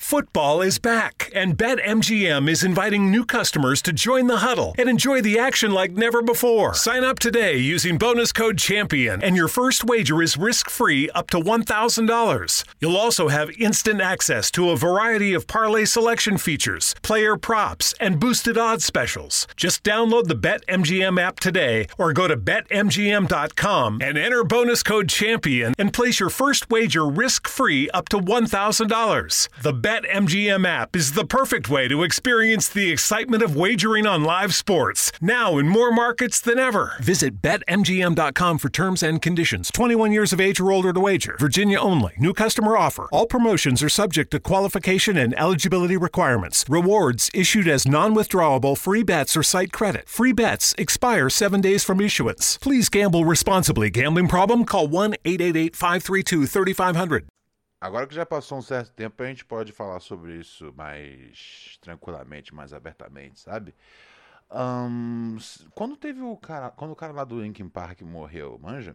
Football is back, and BetMGM is inviting new customers to join the huddle and enjoy the action like never before. Sign up today using bonus code CHAMPION, and your first wager is risk-free up to $1,000. You'll also have instant access to a variety of parlay selection features, player props, and boosted odds specials. Just download the BetMGM app today or go to BetMGM.com and enter bonus code CHAMPION and place your first wager risk-free up to $1,000. The BetMGM app is the perfect way to experience the excitement of wagering on live sports, now in more markets than ever. Visit BetMGM.com for terms and conditions. 21 years of age or older to wager. Virginia only. New customer offer. All promotions are subject to qualification and eligibility requirements. Rewards issued as non-withdrawable free bets or site credit. Free bets expire 7 days from issuance. Please gamble responsibly. Gambling problem? Call 1-888-532-3500. Agora que já passou um certo tempo, a gente pode falar sobre isso mais tranquilamente, mais abertamente, sabe? Quando o cara lá do Linkin Park morreu, manja?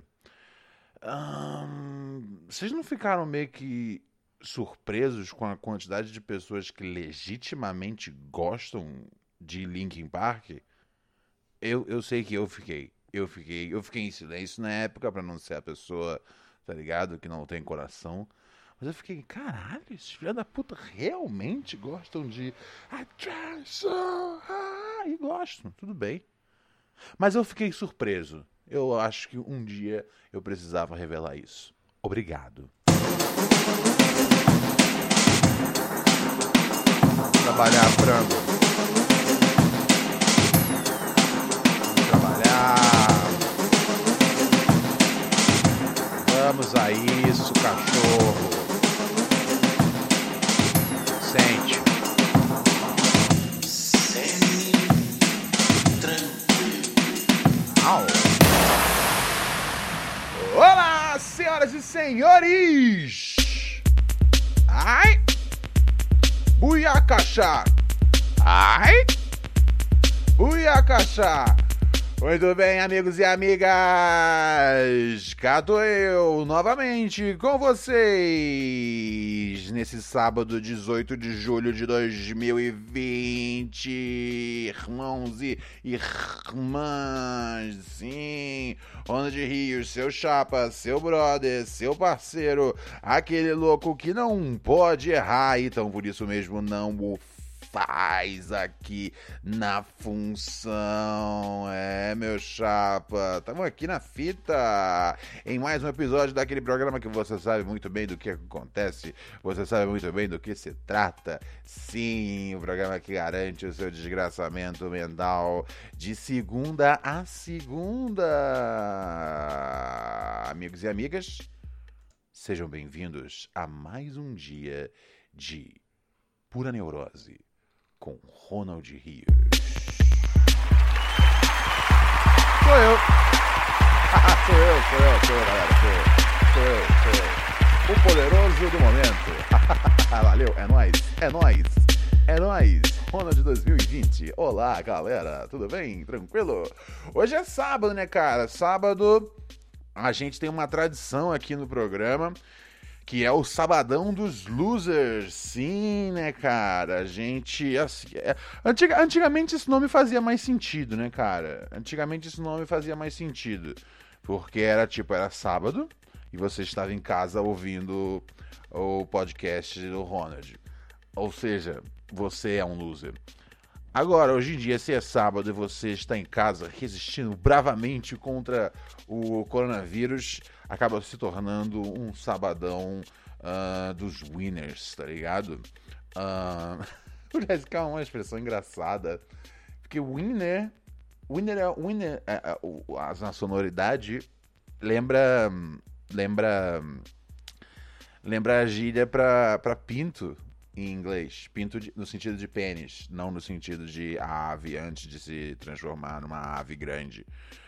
Vocês não ficaram meio que surpresos com a quantidade de pessoas que legitimamente gostam de Linkin Park? Eu sei que eu fiquei em silêncio na época pra não ser a pessoa, tá ligado, que não tem coração. Mas eu fiquei, caralho, esses filhos da puta realmente gostam de I try so hard, e gostam, tudo bem. Mas eu fiquei surpreso. Eu acho que um dia eu precisava revelar isso. Obrigado. Trabalhar, frango. Vamos a isso, cachorro. Sente. Semi-tranquilo. Olá, senhoras e senhores. Ai. Buiacachá. Ai. Buiacachá. Muito bem, amigos e amigas, cá tô eu novamente com vocês nesse sábado 18 de julho de 2020, irmãos e irmãs, sim, Ronald Rios, seu chapa, seu brother, seu parceiro, aquele louco que não pode errar, então por isso mesmo não o faz aqui na função. Meu chapa, estamos aqui na fita em mais um episódio daquele programa que você sabe muito bem do que acontece, você sabe muito bem do que se trata. Sim, o programa que garante o seu desgraçamento mental de segunda a segunda. Amigos e amigas, sejam bem-vindos a mais um dia de Pura Neurose com Ronald Rios. Sou eu, galera. Sou eu. O poderoso do momento. Valeu, é nóis. Ronald 2020. Olá, galera. Tudo bem? Tranquilo? Hoje é sábado, né, cara? Sábado a gente tem uma tradição aqui no programa, que é o Sabadão dos Losers. Sim, né, cara? A gente... Assim, antigamente esse nome fazia mais sentido, né, cara? Porque era sábado e você estava em casa ouvindo o podcast do Ronald. Ou seja, você é um loser. Agora, hoje em dia, se é sábado e você está em casa resistindo bravamente contra o coronavírus, acaba se tornando um sabadão dos winners, tá ligado? Parece que é uma expressão engraçada, porque winner a sonoridade lembra a gíria pra pinto em inglês. Pinto no sentido de pênis, não no sentido de ave antes de se transformar numa ave grande.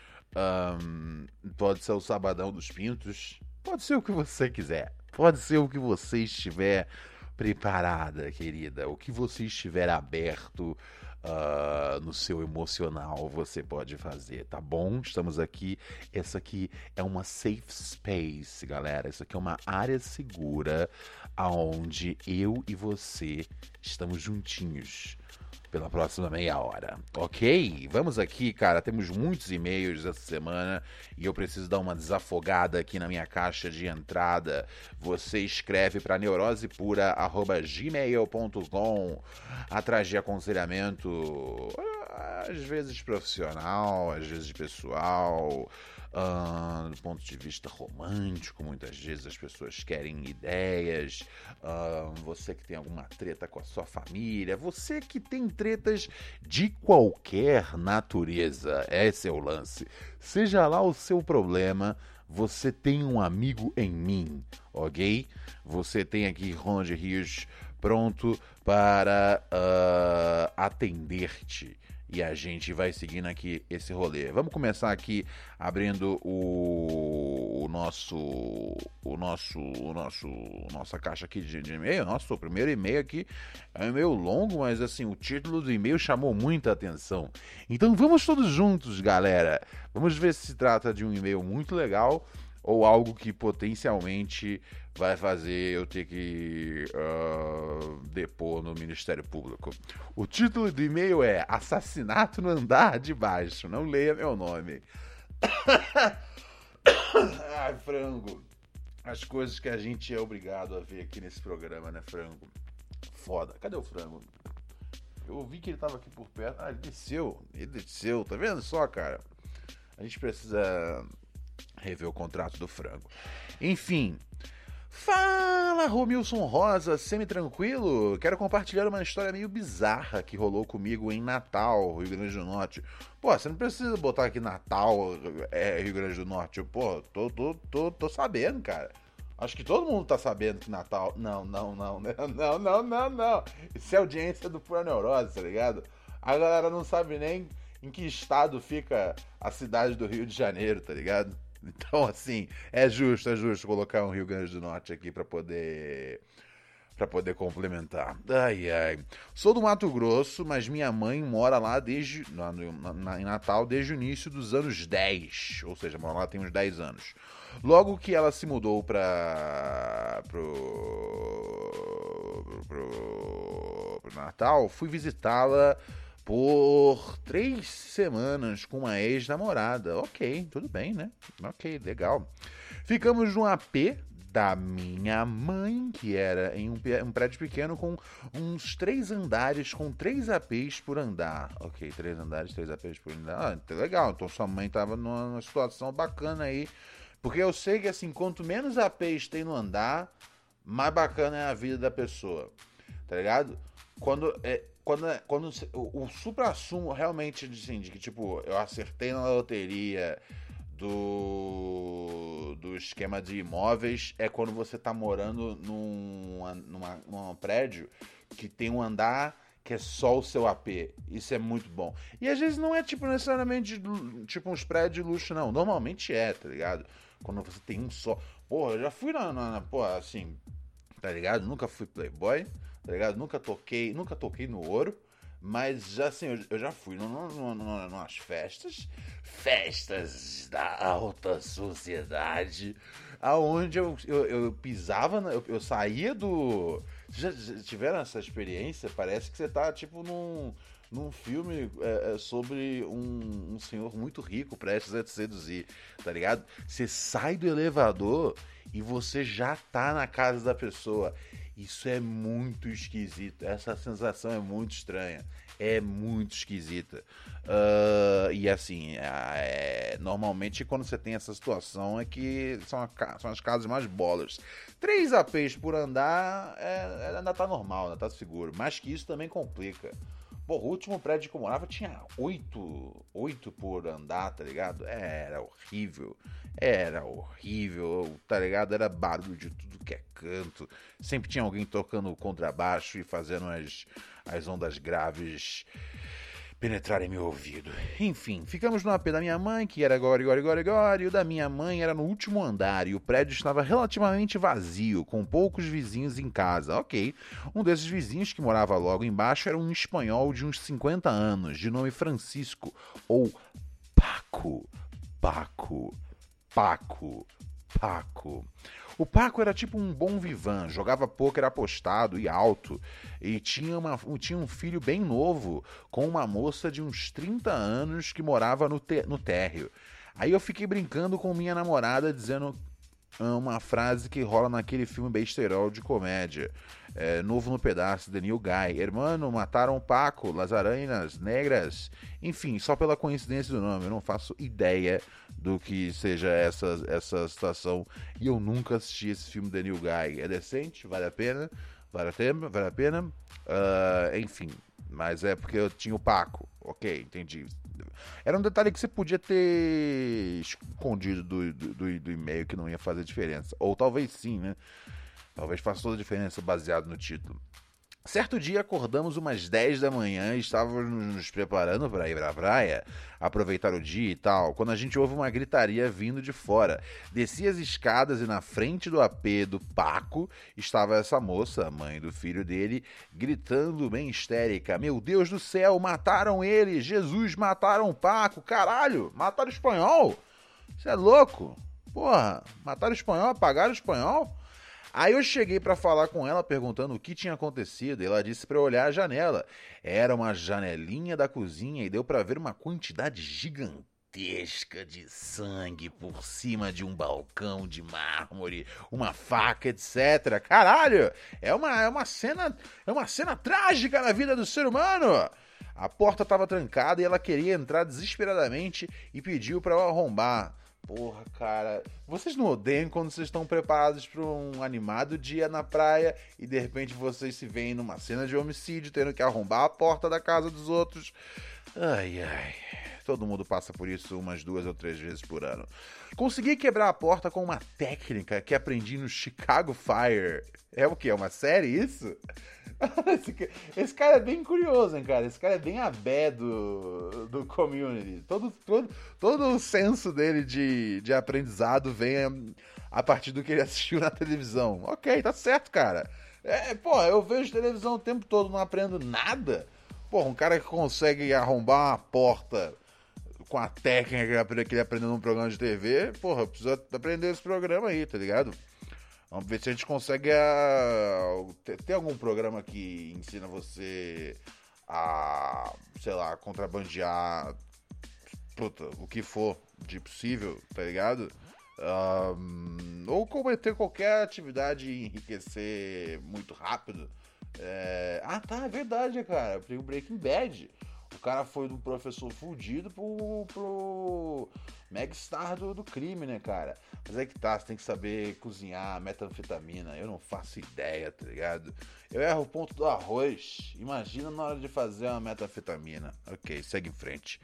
Pode ser o Sabadão dos Pintos, pode ser o que você quiser, pode ser o que você estiver preparada, querida. O que você estiver aberto no seu emocional, você pode fazer, tá bom? Estamos aqui. Essa aqui é uma safe space, galera. Isso aqui é uma área segura aonde eu e você estamos juntinhos pela próxima meia hora, ok? Vamos aqui, cara, temos muitos e-mails essa semana e eu preciso dar uma desafogada aqui na minha caixa de entrada. Você escreve para neurosepura@gmail.com atrás de aconselhamento, às vezes profissional, às vezes pessoal, do ponto de vista romântico, muitas vezes as pessoas querem ideias, você que tem alguma treta com a sua família, você que tem tretas de qualquer natureza, esse é o lance. Seja lá o seu problema, você tem um amigo em mim, ok? Você tem aqui Ronald Rios pronto para atender-te. E a gente vai seguindo aqui esse rolê. Vamos começar aqui abrindo nossa caixa aqui de e-mail. Nossa, o primeiro e-mail aqui é um e-mail longo, mas assim, o título do e-mail chamou muita atenção. Então vamos todos juntos, galera. Vamos ver se trata de um e-mail muito legal ou algo que potencialmente vai fazer eu ter que depor no Ministério Público. O título do e-mail é Assassinato no Andar de Baixo. Não leia meu nome. Ai, frango. As coisas que a gente é obrigado a ver aqui nesse programa, né, frango? Foda. Cadê o frango? Eu vi que ele tava aqui por perto. Ah, ele desceu. Tá vendo só, cara? A gente precisa rever o contrato do frango. Enfim. Fala, Romilson Rosa, semi-tranquilo? Quero compartilhar uma história meio bizarra que rolou comigo em Natal, Rio Grande do Norte. Pô, você não precisa botar aqui Natal, Rio Grande do Norte. Pô, tô sabendo, cara. Acho que todo mundo tá sabendo que Natal... Não. Isso é audiência do Pura Neurose, tá ligado? A galera não sabe nem em que estado fica a cidade do Rio de Janeiro, tá ligado? Então, assim, é justo colocar um Rio Grande do Norte aqui pra poder complementar. Ai. Sou do Mato Grosso, mas minha mãe mora lá em Natal desde o início dos anos 10. Ou seja, mora lá tem uns 10 anos. Logo que ela se mudou pro Natal, fui visitá-la por 3 semanas com uma ex-namorada. Ok, tudo bem, né? Ok, legal. Ficamos no AP da minha mãe, que era em um prédio pequeno com uns 3 andares, com 3 APs por andar. Ok, 3 andares, 3 APs por andar. Ah, legal, então sua mãe tava numa situação bacana aí. Porque eu sei que, assim, quanto menos APs tem no andar, mais bacana é a vida da pessoa. Tá ligado? Quando o supra-sumo realmente, assim, de que, tipo, eu acertei na loteria do esquema de imóveis, é quando você tá morando num prédio que tem um andar que é só o seu AP. Isso é muito bom. E às vezes não é, tipo, necessariamente, tipo, uns prédios de luxo, não. Normalmente é, tá ligado? Quando você tem um só. Porra, eu já fui porra, assim, tá ligado? Nunca fui playboy, tá ligado? Nunca toquei no ouro, mas já assim, eu já fui numas festas da alta sociedade, aonde eu pisava, eu saía do... Já tiveram essa experiência? Parece que você tá, tipo, num filme sobre um senhor muito rico prestes a te seduzir, tá ligado? Você sai do elevador e você já tá na casa da pessoa. Isso é muito esquisito. Essa sensação é muito estranha. É muito esquisita. E assim, normalmente quando você tem essa situação é que são as casas mais bolas. 3 APs por andar ainda tá normal, ainda tá seguro. Mas que isso também complica. Pô, o último prédio que eu morava tinha 8 por andar, tá ligado? Era horrível, tá ligado? Era barulho de tudo que é canto. Sempre tinha alguém tocando contrabaixo e fazendo as ondas graves penetrar em meu ouvido. Enfim, ficamos no AP da minha mãe, que era gore, e o da minha mãe era no último andar, e o prédio estava relativamente vazio, com poucos vizinhos em casa. Ok, um desses vizinhos que morava logo embaixo era um espanhol de uns 50 anos, de nome Francisco, ou Paco. O Paco era tipo um bom vivan, jogava pôquer apostado e alto, e tinha um filho bem novo, com uma moça de uns 30 anos que morava no térreo. Aí eu fiquei brincando com minha namorada, dizendo uma frase que rola naquele filme besterol de comédia, Novo no Pedaço, The New Guy. Hermano, mataram o Paco, Las Aranhas Negras. Enfim, só pela coincidência do nome, eu não faço ideia do que seja essa situação. E eu nunca assisti esse filme The New Guy. É decente? Vale a pena? Vale a pena? Enfim, mas é porque eu tinha o Paco. Ok, entendi. Era um detalhe que você podia ter escondido do e-mail, que não ia fazer diferença. Ou talvez sim, né? Talvez faça toda a diferença baseado no título. Certo dia acordamos umas 10 da manhã e estávamos nos preparando para ir para a praia, aproveitar o dia e tal, quando a gente ouve uma gritaria vindo de fora. Desci as escadas e na frente do AP do Paco estava essa moça, a mãe do filho dele, gritando bem histérica: "Meu Deus do céu, mataram ele! Jesus, mataram o Paco! Caralho, mataram o espanhol! Você é louco? Porra, mataram o espanhol, apagaram o espanhol?" Aí eu cheguei pra falar com ela perguntando o que tinha acontecido e ela disse pra eu olhar a janela. Era uma janelinha da cozinha e deu pra ver uma quantidade gigantesca de sangue por cima de um balcão de mármore, uma faca, etc. Caralho, é uma cena trágica na vida do ser humano. A porta estava trancada e ela queria entrar desesperadamente e pediu pra eu arrombar. Porra, cara, vocês não odeiam quando vocês estão preparados para um animado dia na praia e de repente vocês se veem numa cena de homicídio tendo que arrombar a porta da casa dos outros? Ai, todo mundo passa por isso umas 2 ou 3 vezes por ano. Consegui quebrar a porta com uma técnica que aprendi no Chicago Fire. É o quê? É uma série isso? Esse cara é bem curioso, hein, cara? Esse cara é bem abé do Community. Todo o senso dele de aprendizado vem a partir do que ele assistiu na televisão. Ok, tá certo, cara. Eu vejo televisão o tempo todo, não aprendo nada. Um cara que consegue arrombar uma porta com a técnica que ele aprendeu num programa de TV, precisa aprender esse programa aí, tá ligado? Vamos ver se a gente consegue ter algum programa que ensina você a, sei lá, contrabandear o que for de possível, tá ligado? Ou cometer qualquer atividade e enriquecer muito rápido. É verdade, cara. Tem o Breaking Bad. O cara foi do professor fudido pro megastar do crime, né, cara? Mas é que tá, você tem que saber cozinhar metanfetamina. Eu não faço ideia, tá ligado? Eu erro o ponto do arroz. Imagina na hora de fazer uma metanfetamina. Ok, segue em frente.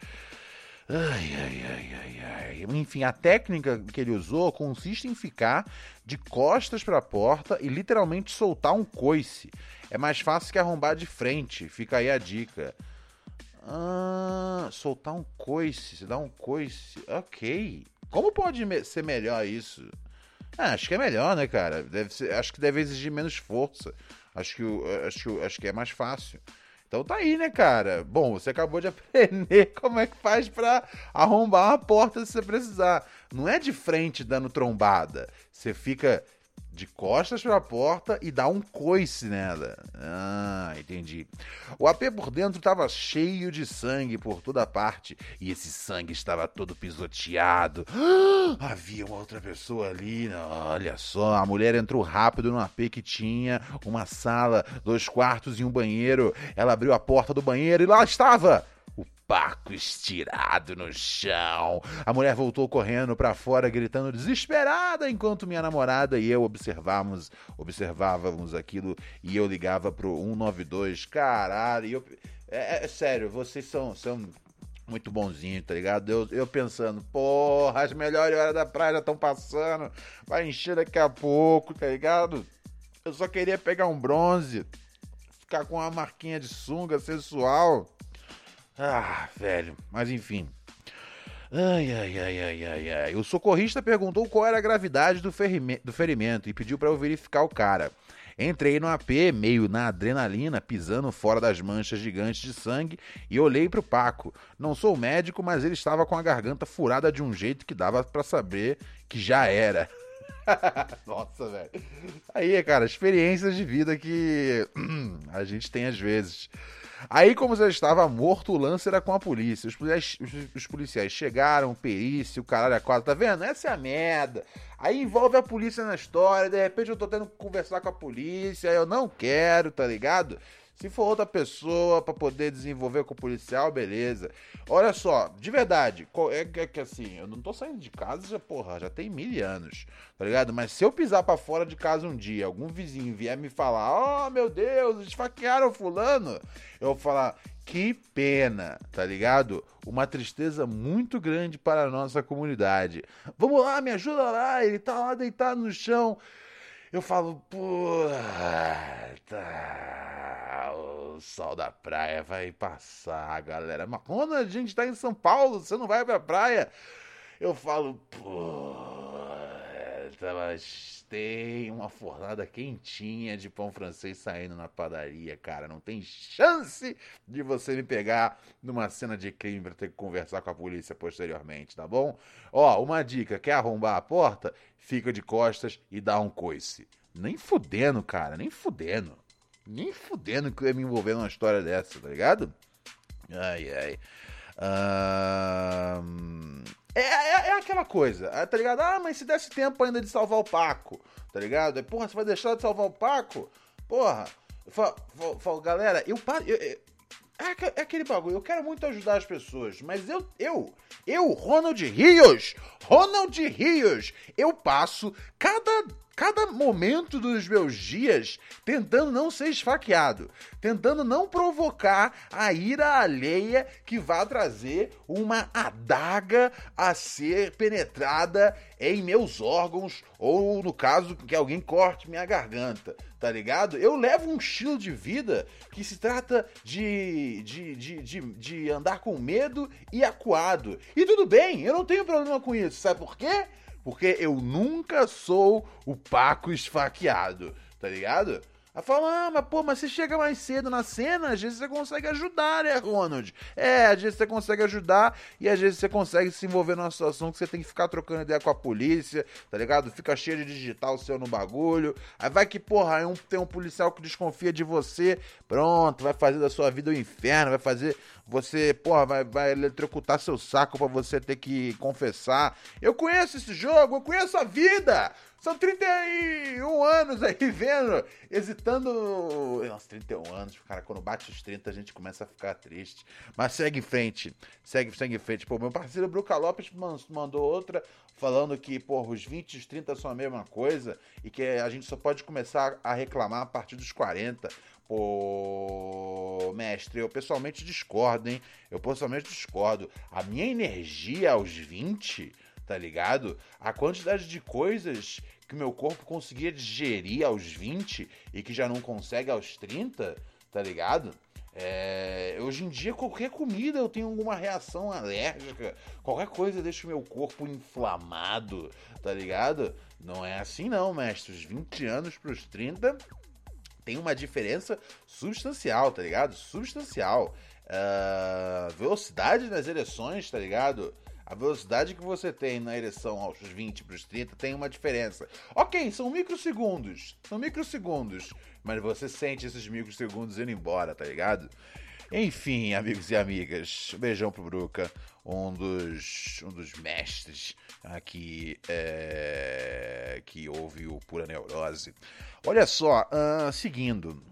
Ai. Enfim, a técnica que ele usou consiste em ficar de costas pra porta e literalmente soltar um coice. É mais fácil que arrombar de frente. Fica aí a dica. Soltar um coice. Você dá um coice. Ok. Como pode ser melhor isso? Acho que é melhor, né, cara? Acho que deve exigir menos força. Acho que é mais fácil. Então tá aí, né, cara? Bom, você acabou de aprender como é que faz pra arrombar uma porta se você precisar. Não é de frente dando trombada. Você fica de costas pra porta e dá um coice nela. Entendi. O AP por dentro estava cheio de sangue por toda parte e esse sangue estava todo pisoteado. Havia uma outra pessoa ali. Olha só, a mulher entrou rápido no AP que tinha uma sala, 2 quartos e um banheiro. Ela abriu a porta do banheiro e lá estava o Paco estirado no chão. A mulher voltou correndo pra fora, gritando desesperada, enquanto minha namorada e eu observávamos aquilo e eu ligava pro 192. Caralho, sério, vocês são muito bonzinhos, tá ligado? Eu pensando, porra, as melhores horas da praia já estão passando, vai encher daqui a pouco, tá ligado? Eu só queria pegar um bronze, ficar com uma marquinha de sunga sensual. Ah, velho, mas enfim. Ai. O socorrista perguntou qual era a gravidade do ferimento e pediu pra eu verificar o cara. Entrei no AP, meio na adrenalina, pisando fora das manchas gigantes de sangue e olhei pro Paco. Não sou médico, mas ele estava com a garganta furada de um jeito que dava pra saber que já era. Nossa, velho. Aí, cara, experiências de vida que a gente tem às vezes. Aí, como já estava morto, o lance era com a polícia. Os policiais chegaram, perícia, o caralho a quatro, tá vendo? Essa é a merda. Aí envolve a polícia na história, de repente eu tô tendo que conversar com a polícia, eu não quero, tá ligado? Se for outra pessoa pra poder desenvolver com o policial, beleza. Olha só, de verdade, é que assim, eu não tô saindo de casa, já tem 1000 anos, tá ligado? Mas se eu pisar pra fora de casa um dia, algum vizinho vier me falar, oh meu Deus, esfaquearam fulano, eu vou falar, que pena, tá ligado? Uma tristeza muito grande para a nossa comunidade. Vamos lá, me ajuda lá, ele tá lá deitado no chão. Eu falo, puta, o sol da praia vai passar, galera. Mas quando a gente tá em São Paulo, você não vai pra praia? Eu falo, puta, mas tem uma fornada quentinha de pão francês saindo na padaria, cara. Não tem chance de você me pegar numa cena de crime pra ter que conversar com a polícia posteriormente, tá bom? Ó, uma dica, quer arrombar a porta? Fica de costas e dá um coice. Nem fudendo, cara, nem fudendo. Nem fudendo que eu ia me envolver numa história dessa, tá ligado? Ai. É aquela coisa, tá ligado? Ah, mas se desse tempo ainda de salvar o Paco, tá ligado? Porra, você vai deixar de salvar o Paco? Porra, falo, galera, é aquele bagulho, eu quero muito ajudar as pessoas, mas Ronald Rios, eu passo cada momento dos meus dias tentando não ser esfaqueado, tentando não provocar a ira alheia que vai trazer uma adaga a ser penetrada em meus órgãos, ou no caso que alguém corte minha garganta, tá ligado? Eu levo um estilo de vida que se trata de andar com medo e acuado. E tudo bem, eu não tenho problema com isso, sabe por quê? Porque eu nunca sou o Paco esfaqueado, tá ligado? Ela fala, mas você chega mais cedo na cena, às vezes você consegue ajudar, né, Ronald? Às vezes você consegue ajudar e às vezes você consegue se envolver numa situação que você tem que ficar trocando ideia com a polícia, tá ligado? Fica cheio de digital seu no bagulho. Aí vai que, porra, tem um policial que desconfia de você, pronto, vai fazer da sua vida o inferno, vai fazer você, porra, vai eletrocutar seu saco pra você ter que confessar. Eu conheço esse jogo, eu conheço a vida! São 31 anos aí vendo, hesitando. Nossa, 31 anos, cara, quando bate os 30 a gente começa a ficar triste. Mas segue em frente, segue em frente. Pô, meu parceiro Bruca Lopes mandou outra falando que, porra, os 20 e os 30 são a mesma coisa e que a gente só pode começar a reclamar a partir dos 40. Pô, mestre, eu pessoalmente discordo, hein? A minha energia aos 20... tá ligado? A quantidade de coisas que o meu corpo conseguia digerir aos 20 e que já não consegue aos 30, tá ligado? Hoje em dia, qualquer comida eu tenho alguma reação alérgica, qualquer coisa deixa o meu corpo inflamado, tá ligado? Não é assim não, mestre. Os 20 anos pros 30 tem uma diferença substancial, tá ligado? Substancial. Velocidade nas ereções, tá ligado? A velocidade que você tem na ereção aos 20 para os 30 tem uma diferença. Ok, são microsegundos, mas você sente esses microsegundos indo embora, tá ligado? Enfim, amigos e amigas, beijão pro Bruca, um dos mestres aqui que ouve o Pura Neurose. Olha só, seguindo.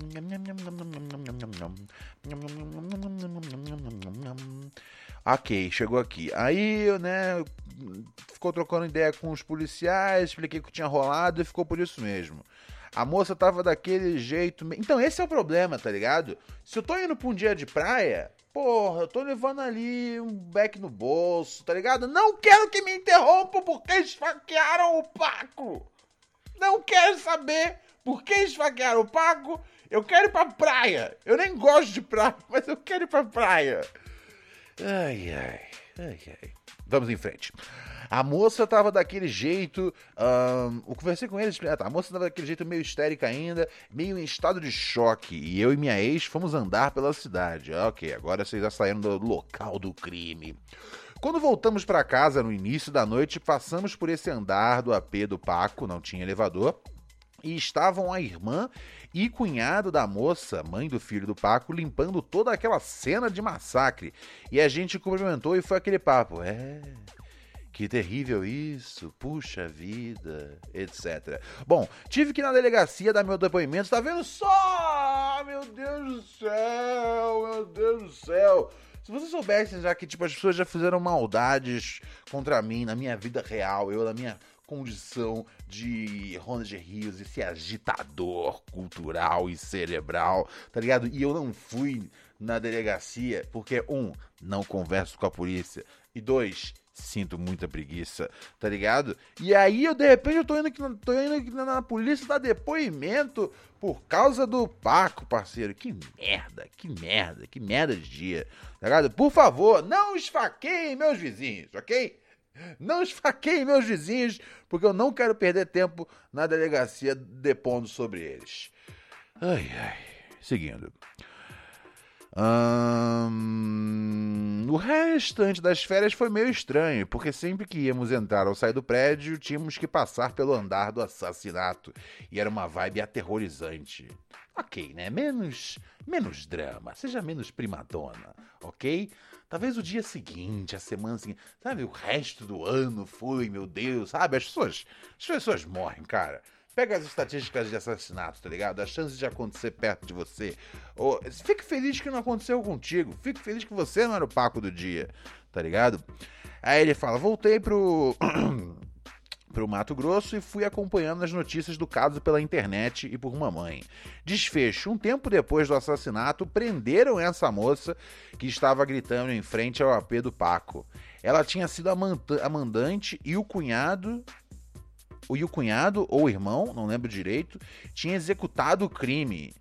Ok, chegou aqui. Aí, né, ficou trocando ideia com os policiais, expliquei o que tinha rolado e ficou por isso mesmo. A moça tava daquele jeito... Então, esse é o problema, tá ligado? Se eu tô indo pra um dia de praia, porra, eu tô levando ali um beck no bolso, tá ligado? Não quero que me interrompam porque esfaquearam o Paco! Não quero saber por que esfaquearam o Paco. Eu quero ir pra praia. Eu nem gosto de praia, mas eu quero ir pra praia. Ai. Vamos em frente. A moça tava daquele jeito... eu conversei com eles... a moça tava daquele jeito meio histérica ainda, meio em estado de choque. E eu e minha ex fomos andar pela cidade. Ok, agora vocês já saíram do local do crime. Quando voltamos pra casa no início da noite, passamos por esse andar do AP do Paco, não tinha elevador, e estavam a irmã e cunhado da moça, mãe do filho do Paco, limpando toda aquela cena de massacre. E a gente cumprimentou e foi aquele papo. Que terrível isso, puxa vida, etc. Bom, tive que ir na delegacia dar meu depoimento, tá vendo só? Meu Deus do céu. Se vocês soubessem já que tipo, as pessoas já fizeram maldades contra mim na minha vida real, eu na minha condição de Ronald Rios, esse agitador cultural e cerebral, tá ligado? E eu não fui na delegacia porque, não converso com a polícia, e 2, sinto muita preguiça, tá ligado? E aí, de repente, eu tô indo aqui na polícia dar depoimento por causa do Paco, parceiro. Que merda de dia, tá ligado? Por favor, não esfaqueiem meus vizinhos, ok? Não esfaqueiem meus vizinhos, porque eu não quero perder tempo na delegacia depondo sobre eles. Seguindo. O restante das férias foi meio estranho, porque sempre que íamos entrar ou sair do prédio, tínhamos que passar pelo andar do assassinato, e era uma vibe aterrorizante. Ok, né? Menos drama, seja menos primadona, ok? Talvez o dia seguinte, a semana seguinte, sabe? O resto do ano foi, meu Deus, sabe? As pessoas morrem, cara. Pega as estatísticas de assassinato, tá ligado? As chances de acontecer perto de você. Fique feliz que não aconteceu contigo. Fique feliz que você não era o Paco do dia, tá ligado? Aí ele fala, voltei pro Mato Grosso e fui acompanhando as notícias do caso pela internet e por mamãe. Desfecho, um tempo depois do assassinato, prenderam essa moça que estava gritando em frente ao AP do Paco. Ela tinha sido a mandante e o cunhado ou o irmão, não lembro direito, tinha executado o crime.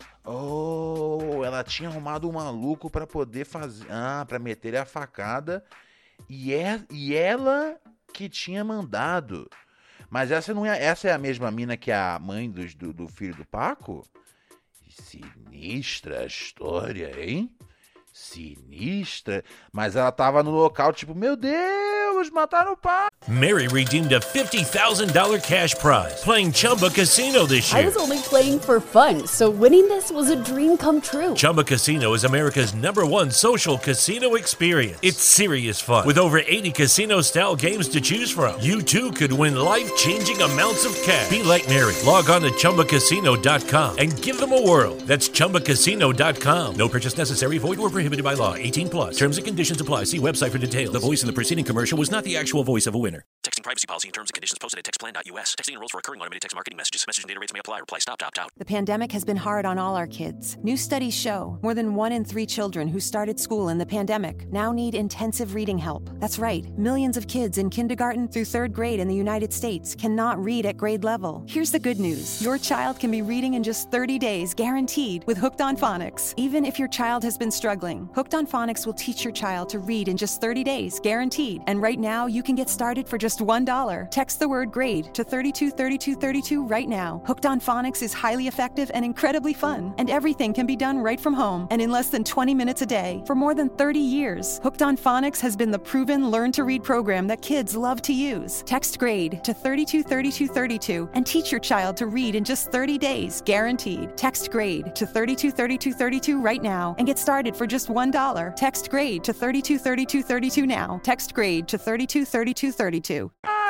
Ela tinha arrumado um maluco pra poder fazer... pra meter a facada. E ela que tinha mandado. Mas essa é a mesma mina que a mãe do filho do Paco? Sinistra a história, hein? Sinistra. Mas ela tava no local tipo, meu Deus, mataram o Paco. Mary redeemed a $50,000 cash prize playing Chumba Casino this year. I was only playing for fun, so winning this was a dream come true. Chumba Casino is America's #1 social casino experience. It's serious fun. With over 80 casino-style games to choose from, you too could win life-changing amounts of cash. Be like Mary. Log on to ChumbaCasino.com and give them a whirl. That's ChumbaCasino.com. No purchase necessary. Void where prohibited by law. 18 plus. Terms and conditions apply. See website for details. The voice in the preceding commercial was not the actual voice of a winner. Texting privacy policy and terms and conditions posted at textplan.us. Texting enrolls for recurring automated text marketing messages. Message and data rates may apply. Reply stop to opt out. The pandemic has been hard on all our kids. New studies show more than 1 in 3 children who started school in the pandemic now need intensive reading help. That's right. Millions of kids in kindergarten through 3rd grade in the United States cannot read at grade level. Here's the good news. Your child can be reading in just 30 days, guaranteed, with Hooked on Phonics. Even if your child has been struggling, Hooked on Phonics will teach your child to read in just 30 days, guaranteed. And right now, you can get started for just $1. Text the word GRADE to 323232 right now. Hooked on Phonics is highly effective and incredibly fun, and everything can be done right from home and in less than 20 minutes a day. For more than 30 years, Hooked on Phonics has been the proven learn-to-read program that kids love to use. Text GRADE to 323232 and teach your child to read in just 30 days, guaranteed. Text GRADE to 323232 right now and get started for just $1. Text GRADE to 323232 now. Text GRADE to 323232.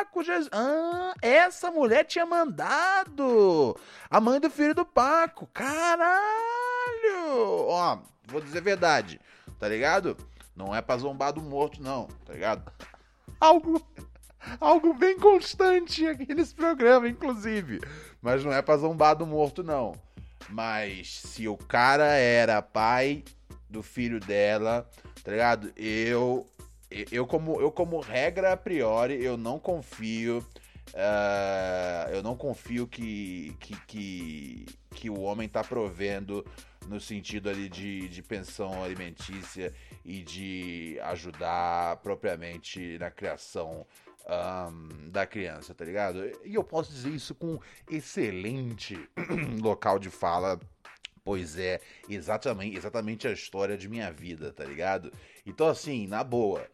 Essa mulher tinha mandado a mãe do filho do Paco. Caralho! Ó, vou dizer a verdade, tá ligado? Não é pra zombar do morto, não, tá ligado? Algo bem constante aqui nesse programa, inclusive. Mas não é pra zombar do morto, não. Mas se o cara era pai do filho dela, tá ligado? Eu como regra a priori, eu não confio que que o homem tá provendo no sentido ali de pensão alimentícia e de ajudar propriamente na criação da criança, tá ligado? E eu posso dizer isso com excelente local de fala, pois é exatamente a história de minha vida, tá ligado? Então, assim, na boa,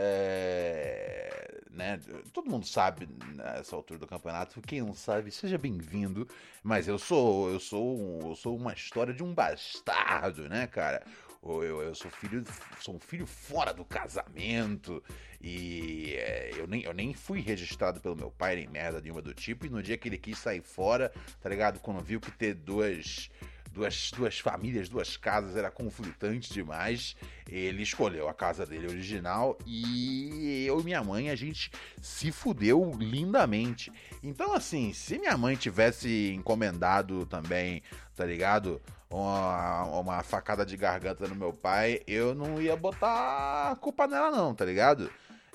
né? Todo mundo sabe nessa altura do campeonato. Quem não sabe, seja bem-vindo. Mas eu sou uma história de um bastardo, né, cara? Eu sou um filho fora do casamento. E eu nem fui registrado pelo meu pai, nem merda nenhuma do tipo. E no dia que ele quis sair fora, tá ligado? Quando viu que ter duas famílias, duas casas era conflitante demais, ele escolheu a casa dele original e eu e minha mãe, a gente se fudeu lindamente. Então, assim, se minha mãe tivesse encomendado também, tá ligado, uma facada de garganta no meu pai, eu não ia botar a culpa nela não, tá ligado?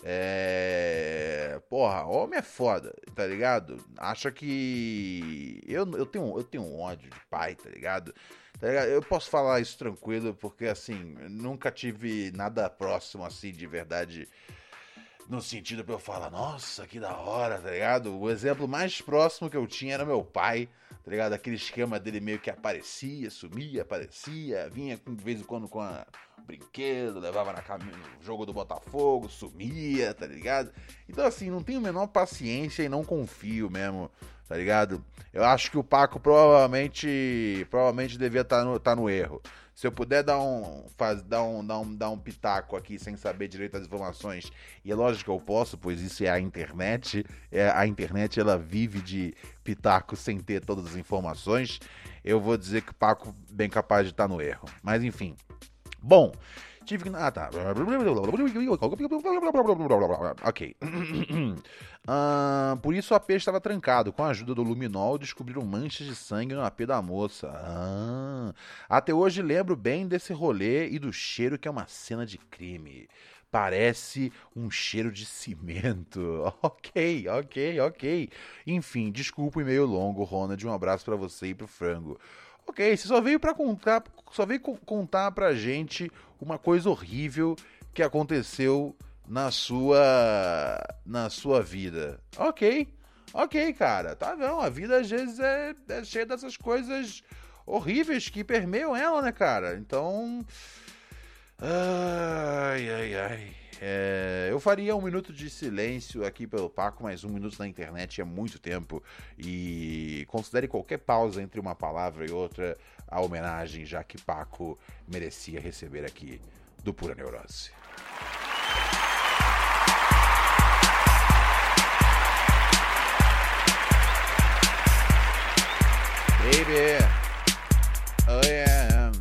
Porra, homem é foda, tá ligado? Acha que eu tenho ódio de pai, tá ligado? Eu posso falar isso tranquilo porque, assim, nunca tive nada próximo, assim, de verdade, no sentido pra eu falar, nossa, que da hora, tá ligado? O exemplo mais próximo que eu tinha era meu pai, tá ligado? Aquele esquema dele meio que aparecia, sumia, aparecia, vinha de vez em quando com um brinquedo, levava no jogo do Botafogo, sumia, tá ligado? Então, assim, não tenho a menor paciência e não confio mesmo, tá ligado? Eu acho que o Paco provavelmente devia estar no erro. Se eu puder dar um pitaco aqui sem saber direito as informações, e é lógico que eu posso, pois isso é a internet. A internet, ela vive de pitaco sem ter todas as informações. Eu vou dizer que o Paco é bem capaz de estar no erro. Mas enfim. Bom, tive que... Ah, tá. Ok. Por isso o AP estava trancado. Com a ajuda do luminol, descobriram manchas de sangue no AP da moça. Até hoje lembro bem desse rolê e do cheiro, que é uma cena de crime. Parece um cheiro de cimento. Ok. Enfim, desculpa o e-mail longo, Ronald. Um abraço pra você e pro frango. Ok, você só veio contar pra gente uma coisa horrível que aconteceu na sua vida. Ok, cara, tá bom, a vida às vezes é cheia dessas coisas horríveis que permeiam ela, né, cara? Então, eu faria 1 minuto de silêncio aqui pelo Paco, mas 1 minuto na internet é muito tempo. E considere qualquer pausa entre uma palavra e outra a homenagem, já que Paco merecia receber aqui do Pura Neurose. Baby, oh yeah.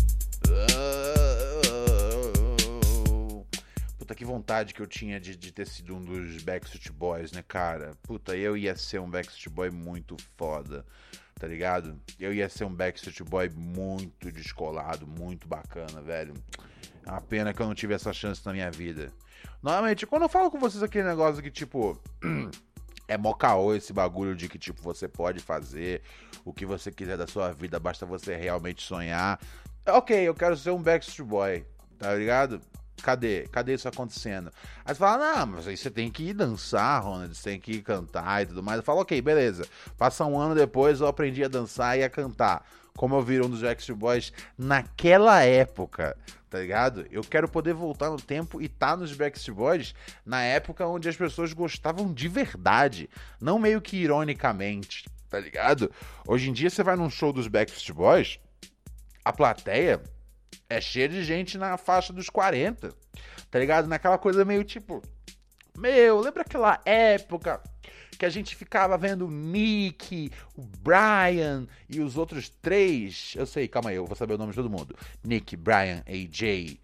Puta, que vontade que eu tinha de ter sido um dos Backstreet Boys, né, cara? Puta, eu ia ser um Backstreet Boy muito foda, tá ligado? Eu ia ser um Backstreet Boy muito descolado, muito bacana, velho. É uma pena que eu não tive essa chance na minha vida. Normalmente, quando eu falo com vocês aquele negócio que, tipo... É mó caô esse bagulho de que, tipo, você pode fazer o que você quiser da sua vida, basta você realmente sonhar. Ok, eu quero ser um Backstreet Boy, tá ligado? Cadê isso acontecendo? Aí você fala, não, mas aí você tem que ir dançar, Ronald, você tem que ir cantar e tudo mais. Eu falo, ok, beleza. Passa 1 ano depois, eu aprendi a dançar e a cantar. Como eu viro um dos Backstreet Boys naquela época, tá ligado? Eu quero poder voltar no tempo e estar nos Backstreet Boys na época onde as pessoas gostavam de verdade, não meio que ironicamente, tá ligado? Hoje em dia você vai num show dos Backstreet Boys, a plateia é cheia de gente na faixa dos 40, tá ligado? Naquela coisa meio tipo, lembra aquela época que a gente ficava vendo o Nick, o Brian e os outros 3. Eu sei, calma aí, eu vou saber o nome de todo mundo. Nick, Brian, AJ,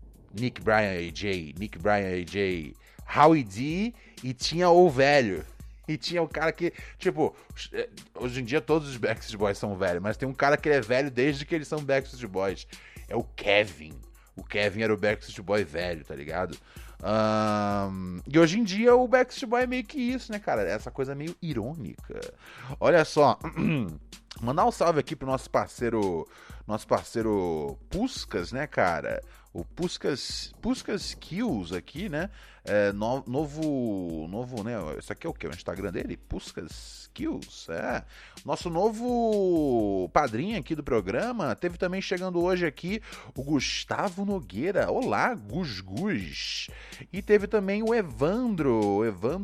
Howie D, e tinha o velho. E tinha o cara que, tipo, hoje em dia todos os Backstreet Boys são velhos, mas tem um cara que é velho desde que eles são Backstreet Boys. É o Kevin. O Kevin era o Backstreet Boy velho, tá ligado? E hoje em dia o Backstreet Boy é meio que isso, né, cara? Essa coisa meio irônica. Olha só, mandar um salve aqui pro nosso parceiro Puskas, né, cara? O Puskas Kills aqui, né? Novo, né? Isso aqui é o quê? O Instagram dele? Puskas Kills, Nosso novo padrinho aqui do programa. Teve também chegando hoje aqui o Gustavo Nogueira. Olá, Gus. E teve também o Evandro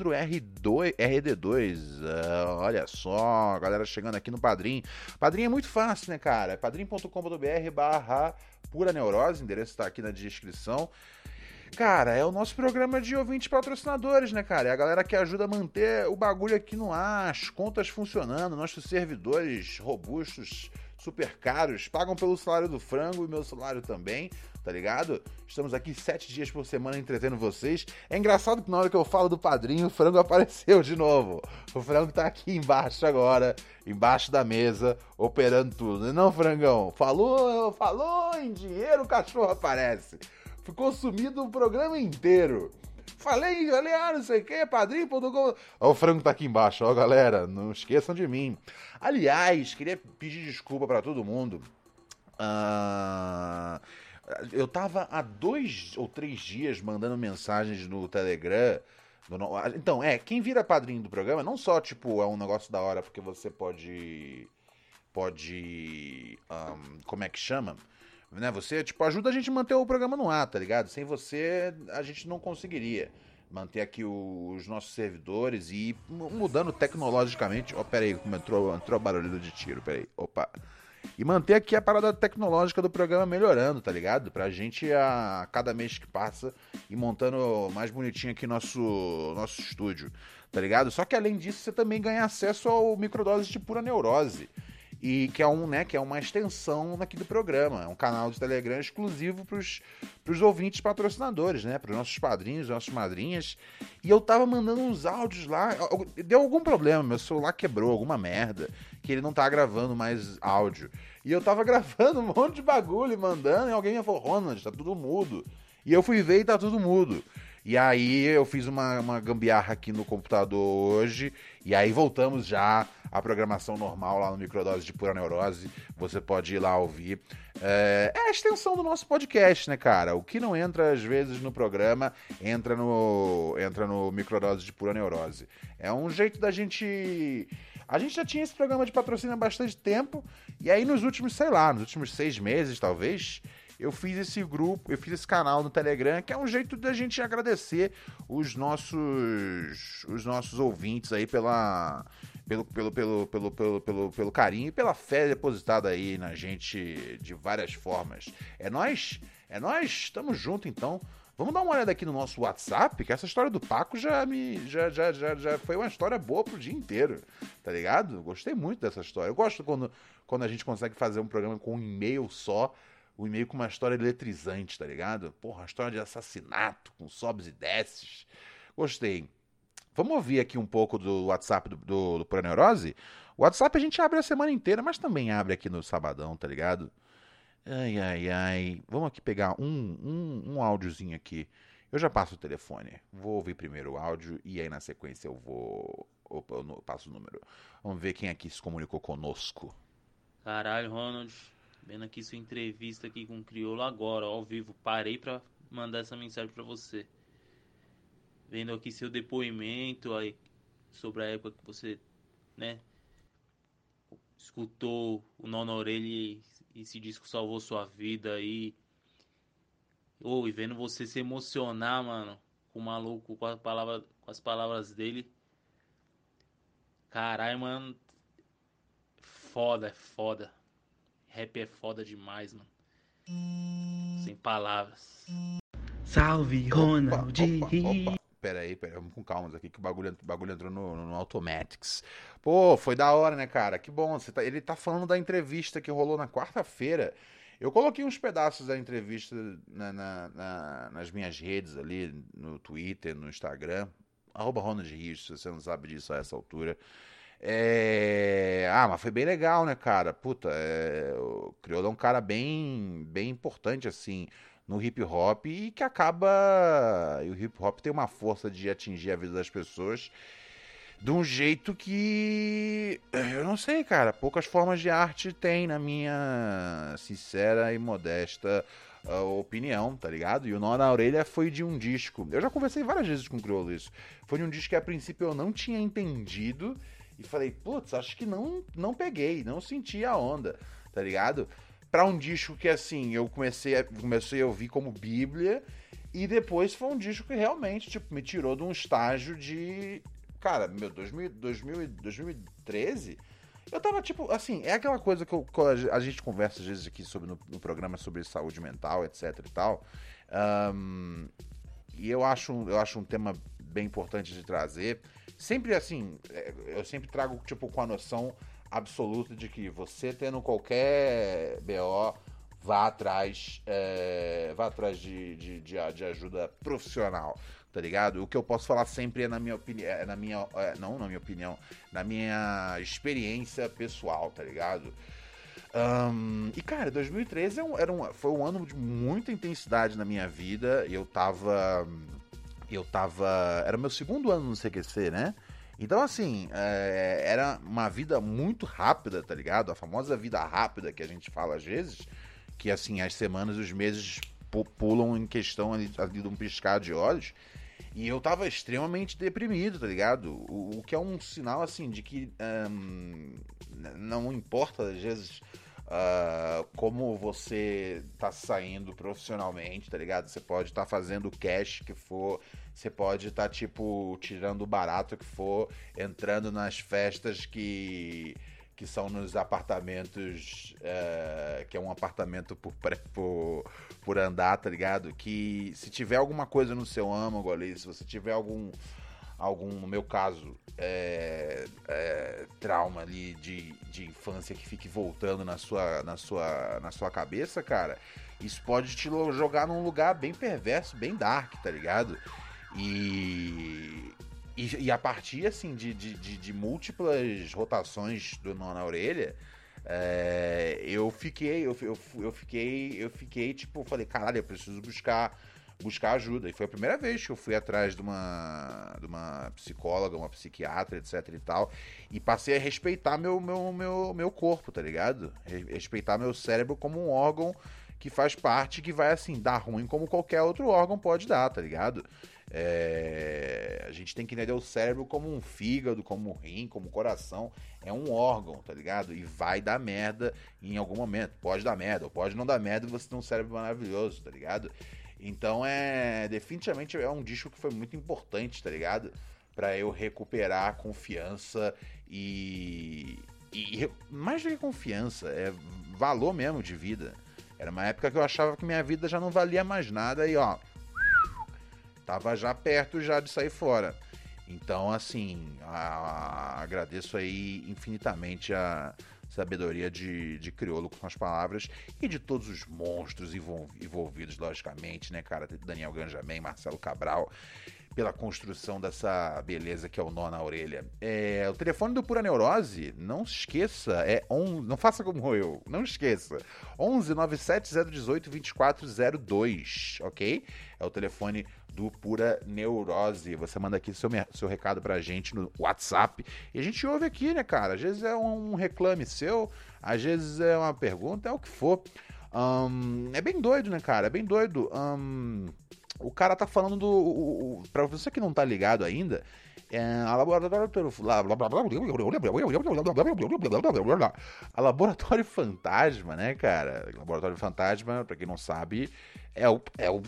RD2. Olha só, a galera chegando aqui no Padrim. Padrim é muito fácil, né, cara? padrim.com.br/Pura Neurose, o endereço tá aqui na descrição. Cara, é o nosso programa de ouvintes patrocinadores, né, cara? É a galera que ajuda a manter o bagulho aqui no ar, as contas funcionando, nossos servidores robustos, super caros, pagam pelo salário do frango e meu salário também, tá ligado? Estamos aqui 7 dias por semana entretendo vocês. É engraçado que na hora que eu falo do padrinho, o frango apareceu de novo. O frango tá aqui embaixo agora, embaixo da mesa, operando tudo. Não, frangão? Falou em dinheiro, o cachorro aparece. Ficou sumido o programa inteiro. Falei, não sei o que, padrinho.com. Ó, o frango tá aqui embaixo, ó, galera. Não esqueçam de mim. Aliás, queria pedir desculpa pra todo mundo. Eu tava há 2 ou 3 dias mandando mensagens no Telegram. Então, quem vira padrinho do programa, não só, tipo, é um negócio da hora, porque você pode como é que chama? Né? Você, tipo, ajuda a gente a manter o programa no ar, tá ligado? Sem você, a gente não conseguiria manter aqui os nossos servidores e ir mudando tecnologicamente. Ó, peraí, como entrou barulho de tiro, peraí. Opa. E manter aqui a parada tecnológica do programa melhorando, tá ligado? Pra gente, a cada mês que passa, ir montando mais bonitinho aqui nosso estúdio, tá ligado? Só que além disso, você também ganha acesso ao Microdose de Pura Neurose. E que é uma extensão aqui do programa. É um canal de Telegram exclusivo pros ouvintes patrocinadores, né? Pros nossos padrinhos, nossas madrinhas. E eu tava mandando uns áudios lá. Deu algum problema, meu celular quebrou, alguma merda. Que ele não tá gravando mais áudio. E eu tava gravando um monte de bagulho e mandando. E alguém me falou, Ronald, tá tudo mudo. E eu fui ver e tá tudo mudo. E aí eu fiz uma gambiarra aqui no computador hoje. E aí voltamos já à programação normal lá no Microdose de Pura Neurose. Você pode ir lá ouvir. É a extensão do nosso podcast, né, cara? O que não entra às vezes no programa, entra no Microdose de Pura Neurose. É um jeito da gente... A gente já tinha esse programa de patrocínio há bastante tempo. E aí nos últimos 6 meses, talvez... Eu fiz esse grupo, eu fiz esse canal no Telegram, que é um jeito da gente agradecer os nossos ouvintes aí pelo carinho e pela fé depositada aí na gente de várias formas. É nóis, tamo junto então. Vamos dar uma olhada aqui no nosso WhatsApp, que essa história do Paco já foi uma história boa pro dia inteiro, tá ligado? Gostei muito dessa história. Eu gosto quando a gente consegue fazer um programa com um e-mail só, um e-mail com uma história eletrizante, tá ligado? Porra, uma história de assassinato, com sobes e desces. Gostei. Vamos ouvir aqui um pouco do WhatsApp do Pura Neurose? O WhatsApp a gente abre a semana inteira, mas também abre aqui no sabadão, tá ligado? Ai. Vamos aqui pegar um áudiozinho aqui. Eu já passo o telefone. Vou ouvir primeiro o áudio e aí na sequência eu passo o número. Vamos ver quem aqui se comunicou conosco. Caralho, Ronald. Vendo aqui sua entrevista aqui com o Criolo agora, ao vivo. Parei pra mandar essa mensagem pra você. Vendo aqui seu depoimento aí sobre a época que você, né, escutou o Nó na Orelha e esse disco salvou sua vida aí. E vendo você se emocionar, mano, com o maluco, com as palavras dele. Caralho, mano. Foda. Rap é foda demais, mano. Sem palavras. Salve, Ronald. Opa. Pera aí, vamos com calma aqui que o bagulho entrou no Automatics. Pô, foi da hora, né, cara? Que bom. Ele tá falando da entrevista que rolou na quarta-feira. Eu coloquei uns pedaços da entrevista nas minhas redes ali, no Twitter, no Instagram. @RonaldRios, se você não sabe disso a essa altura. Mas foi bem legal, né, cara? Puta, o Criolo é um cara bem, bem importante, assim, no hip hop e que acaba... E o hip hop tem uma força de atingir a vida das pessoas de um jeito que... Eu não sei, cara. Poucas formas de arte tem, na minha sincera e modesta opinião, tá ligado? E o Nó na Orelha foi de um disco. Eu já conversei várias vezes com o Criolo isso. Foi de um disco que a princípio eu não tinha entendido e falei, putz, acho que não peguei, não senti a onda, tá ligado? Pra um disco que, assim, eu comecei a ouvir como bíblia e depois foi um disco que realmente, tipo, me tirou de um estágio de... Cara, 2013... Eu tava, tipo, assim, é aquela coisa que a gente conversa às vezes aqui no programa sobre saúde mental, etc e tal. E eu acho um tema bem importante de trazer. Sempre, assim, eu sempre trago, tipo, com a noção absoluta de que você tendo qualquer BO, vá atrás de ajuda profissional. Tá ligado? O que eu posso falar sempre é na minha experiência pessoal, tá ligado? E cara, 2013 foi um ano de muita intensidade na minha vida. Era o meu segundo ano no CQC, né? Então, assim, era uma vida muito rápida, tá ligado? A famosa vida rápida que a gente fala às vezes, que assim, as semanas e os meses pulam em questão ali de um piscar de olhos. E eu tava extremamente deprimido, tá ligado? O que é um sinal, assim, de que não importa, às vezes, como você tá saindo profissionalmente, tá ligado? Você pode estar fazendo o cash que for, você pode estar, tipo, tirando o barato que for, entrando nas festas que são nos apartamentos, que é um apartamento por andar, tá ligado? Que se tiver alguma coisa no seu âmago ali, se você tiver algum no meu caso, trauma ali de infância que fique voltando na sua cabeça, cara, isso pode te jogar num lugar bem perverso, bem dark, tá ligado? E a partir, assim, de múltiplas rotações do Nó na Orelha, eu fiquei, tipo, falei, caralho, eu preciso buscar ajuda. E foi a primeira vez que eu fui atrás de uma psicóloga, uma psiquiatra, etc e tal, e passei a respeitar meu corpo, tá ligado? Respeitar meu cérebro como um órgão que faz parte, que vai, assim, dar ruim como qualquer outro órgão pode dar, tá ligado? A gente tem que entender o cérebro como um fígado, como um rim, como um coração. É um órgão, tá ligado? E vai dar merda em algum momento. Pode dar merda, ou pode não dar merda e você tem um cérebro maravilhoso, tá ligado? Então definitivamente é um disco que foi muito importante, tá ligado? Pra eu recuperar a confiança e mais do que confiança, valor mesmo de vida. Era uma época que eu achava que minha vida já não valia mais nada e, ó, tava já perto já de sair fora. Então, assim, agradeço aí infinitamente a sabedoria de Criolo com as palavras e de todos os monstros envolvidos, logicamente, né, cara? Daniel Ganjamin, Marcelo Cabral, pela construção dessa beleza que é o Nó na Orelha. O telefone do Pura Neurose, não se esqueça, não faça como eu, não esqueça, 11 97 018 2402, ok? É o telefone do Pura Neurose. Você manda aqui seu recado pra gente no WhatsApp e a gente ouve aqui, né, cara? Às vezes é um reclame seu, às vezes é uma pergunta, é o que for. É bem doido, né, cara? É bem doido. O cara tá falando pra você que não tá ligado ainda, a Laboratório Fantasma, né, cara? Laboratório Fantasma, pra quem não sabe, é o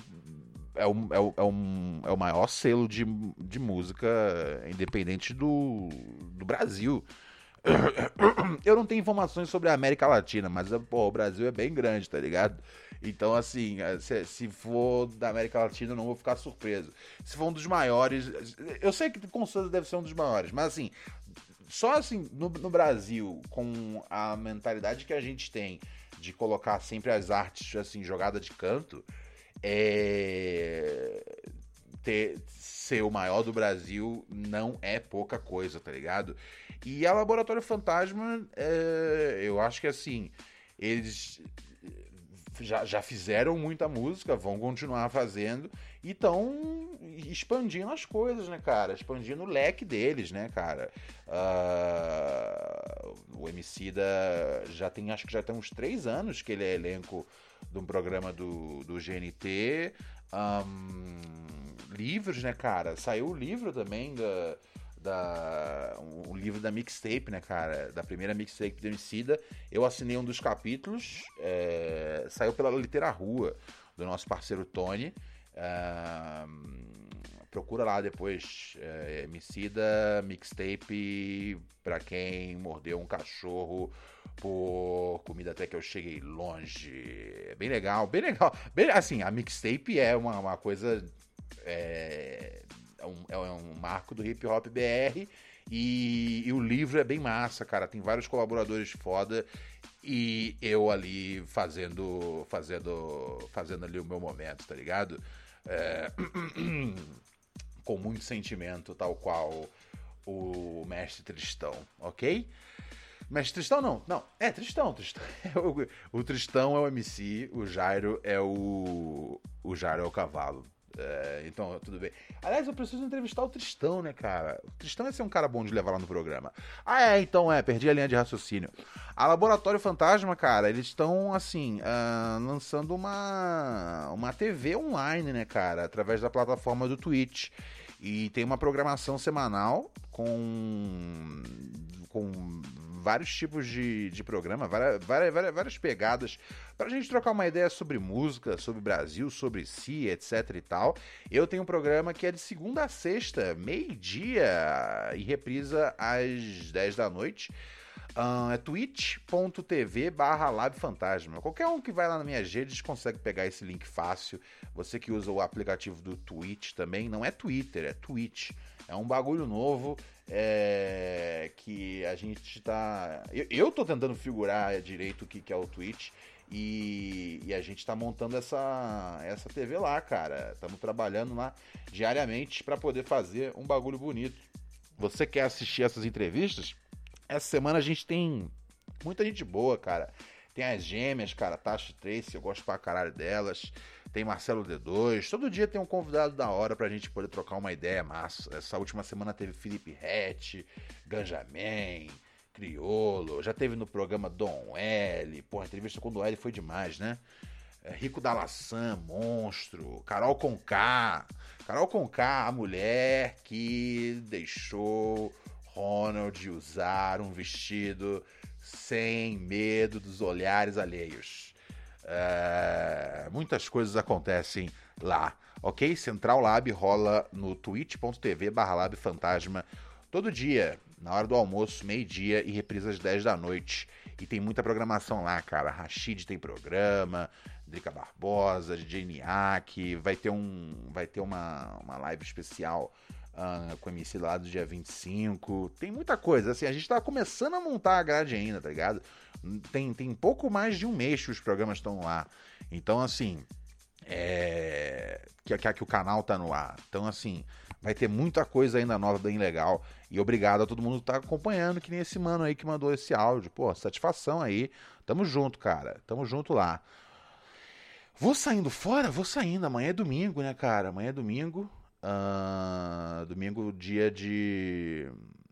maior selo de música independente do Brasil. Eu não tenho informações sobre a América Latina, mas o Brasil é bem grande, tá ligado? Então, assim, se for da América Latina, eu não vou ficar surpreso. Se for um dos maiores, eu sei que com certeza deve ser um dos maiores, mas assim, só assim, no Brasil, com a mentalidade que a gente tem de colocar sempre as artes, assim, jogada de canto, ser o maior do Brasil não é pouca coisa, tá ligado? E a Laboratório Fantasma, eu acho que assim, eles já fizeram muita música, vão continuar fazendo e estão expandindo as coisas, né, cara? Expandindo o leque deles, né, cara? O Emicida acho que já tem uns 3 anos que ele é elenco de um programa do GNT. Livros, né, cara? Saiu o livro também o livro da mixtape, né, cara? Da primeira mixtape do Emicida. Eu assinei um dos capítulos. Saiu pela Literarua, do nosso parceiro Tony. Procura lá depois. Emicida mixtape pra quem mordeu um cachorro por comida até que eu cheguei longe. Bem legal, bem legal. Assim, a mixtape é uma coisa... É um marco do hip hop BR e o livro é bem massa, cara. Tem vários colaboradores foda e eu ali fazendo ali o meu momento, tá ligado? Com muito sentimento, tal qual o Mestre Tristão, ok? Mestre Tristão não, é Tristão. O Tristão é o MC, o Jairo é o cavalo. Então, tudo bem. Aliás, eu preciso entrevistar o Tristão, né, cara? O Tristão ia ser um cara bom de levar lá no programa. Perdi a linha de raciocínio. A Laboratório Fantasma, cara, eles estão, assim, lançando uma TV online, né, cara? Através da plataforma do Twitch. E tem uma programação semanal com vários tipos de programa, várias pegadas pra gente trocar uma ideia sobre música, sobre Brasil, sobre si, etc e tal. Eu tenho um programa que é de segunda a sexta, meio-dia, e reprisa às 10 da noite. É twitch.tv/labfantasma. Qualquer um que vai lá nas minhas redes consegue pegar esse link fácil. Você que usa o aplicativo do Twitch também, não é Twitter, é Twitch. É um bagulho novo que a gente tá... Eu tô tentando figurar direito o que é o Twitch e a gente tá montando essa TV lá, cara. Estamos trabalhando lá diariamente para poder fazer um bagulho bonito. Você quer assistir essas entrevistas? Essa semana a gente tem muita gente boa, cara. Tem as gêmeas, cara, Tasha e Tracy, eu gosto pra caralho delas. Tem Marcelo D2, todo dia tem um convidado da hora pra gente poder trocar uma ideia massa. Essa última semana teve Felipe Rett, Ganjamin, Criolo, já teve no programa Dom L. Pô, a entrevista com o Dom L foi demais, né? Rico da Laçã, monstro. Carol Conká, a mulher que deixou Ronald usar um vestido sem medo dos olhares alheios. Muitas coisas acontecem lá, ok? Central Lab rola no twitch.tv/labfantasma todo dia, na hora do almoço, meio-dia, e reprisa às 10 da noite. E tem muita programação lá, cara. Rashid tem programa, Drica Barbosa, DJ Niak, vai ter uma live especial com o MC lá do dia 25. Tem muita coisa, assim, a gente tá começando a montar a grade ainda, tá ligado? Tem pouco mais de um mês que os programas estão lá. Então, assim, que o canal tá no ar. Então, assim, vai ter muita coisa ainda nova, bem legal. E obrigado a todo mundo que tá acompanhando, que nem esse mano aí que mandou esse áudio. Pô, satisfação aí. Tamo junto, cara. Tamo junto lá. Vou saindo fora? Vou saindo. Amanhã é domingo, né, cara? Amanhã é domingo. Domingo, dia de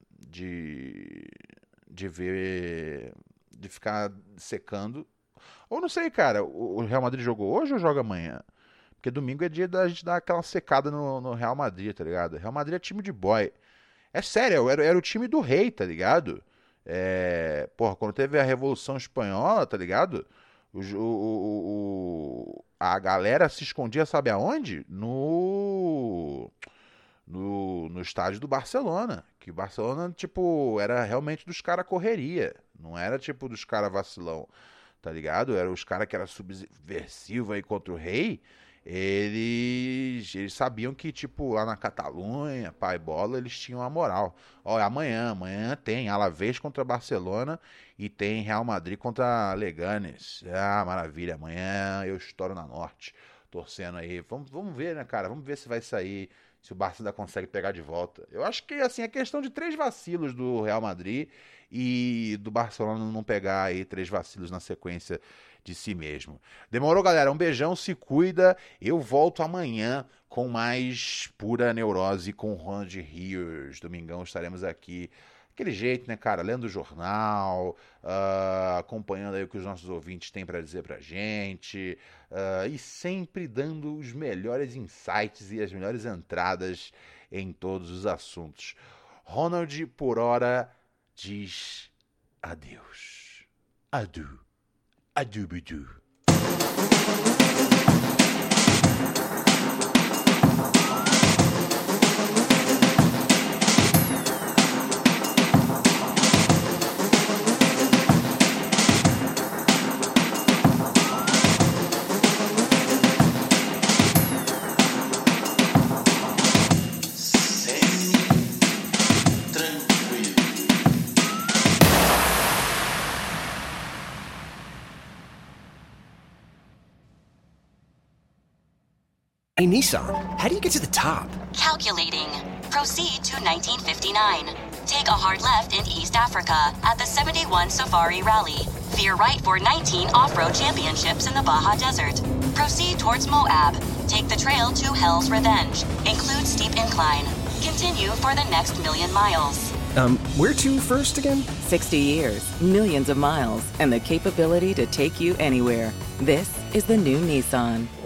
ver, de ficar secando. Ou não sei, cara, o Real Madrid jogou hoje ou joga amanhã? Porque domingo é dia da gente dar aquela secada no Real Madrid, tá ligado? Real Madrid é time de boy. É sério, era o time do rei, tá ligado? Porra, quando teve a Revolução Espanhola, tá ligado? A galera se escondia, sabe aonde? No estádio do Barcelona. Que o Barcelona, tipo, era realmente dos caras correria. Não era, tipo, dos caras vacilão, tá ligado? Era os caras que eram subversivos aí contra o rei. Eles sabiam que, tipo, lá na Catalunha, pai bola, eles tinham a moral. Ó, amanhã tem Alavés contra Barcelona e tem Real Madrid contra Leganes. Ah, maravilha, amanhã eu estouro na Norte. torcendo aí. Vamos ver, né, cara? Vamos ver se vai sair, se o Barça ainda consegue pegar de volta. Eu acho que, assim, é questão de 3 vacilos do Real Madrid e do Barcelona não pegar aí 3 vacilos na sequência de si mesmo. Demorou, galera? Um beijão, se cuida. Eu volto amanhã com mais Pura Neurose com Ronald Rios. Domingão estaremos aqui. Aquele jeito, né, cara? Lendo o jornal, acompanhando aí o que os nossos ouvintes têm para dizer pra gente, e sempre dando os melhores insights e as melhores entradas em todos os assuntos. Ronald, por hora, diz adeus. Adu. Adu-bidu. Hey, Nissan, how do you get to the top? Calculating. Proceed to 1959. Take a hard left in East Africa at the 71 Safari Rally. Veer right for 19 off-road championships in the Baja Desert. Proceed towards Moab. Take the trail to Hell's Revenge. Include steep incline. Continue for the next 1,000,000 miles. Where to first again? 60 years, millions of miles, and the capability to take you anywhere. This is the new Nissan.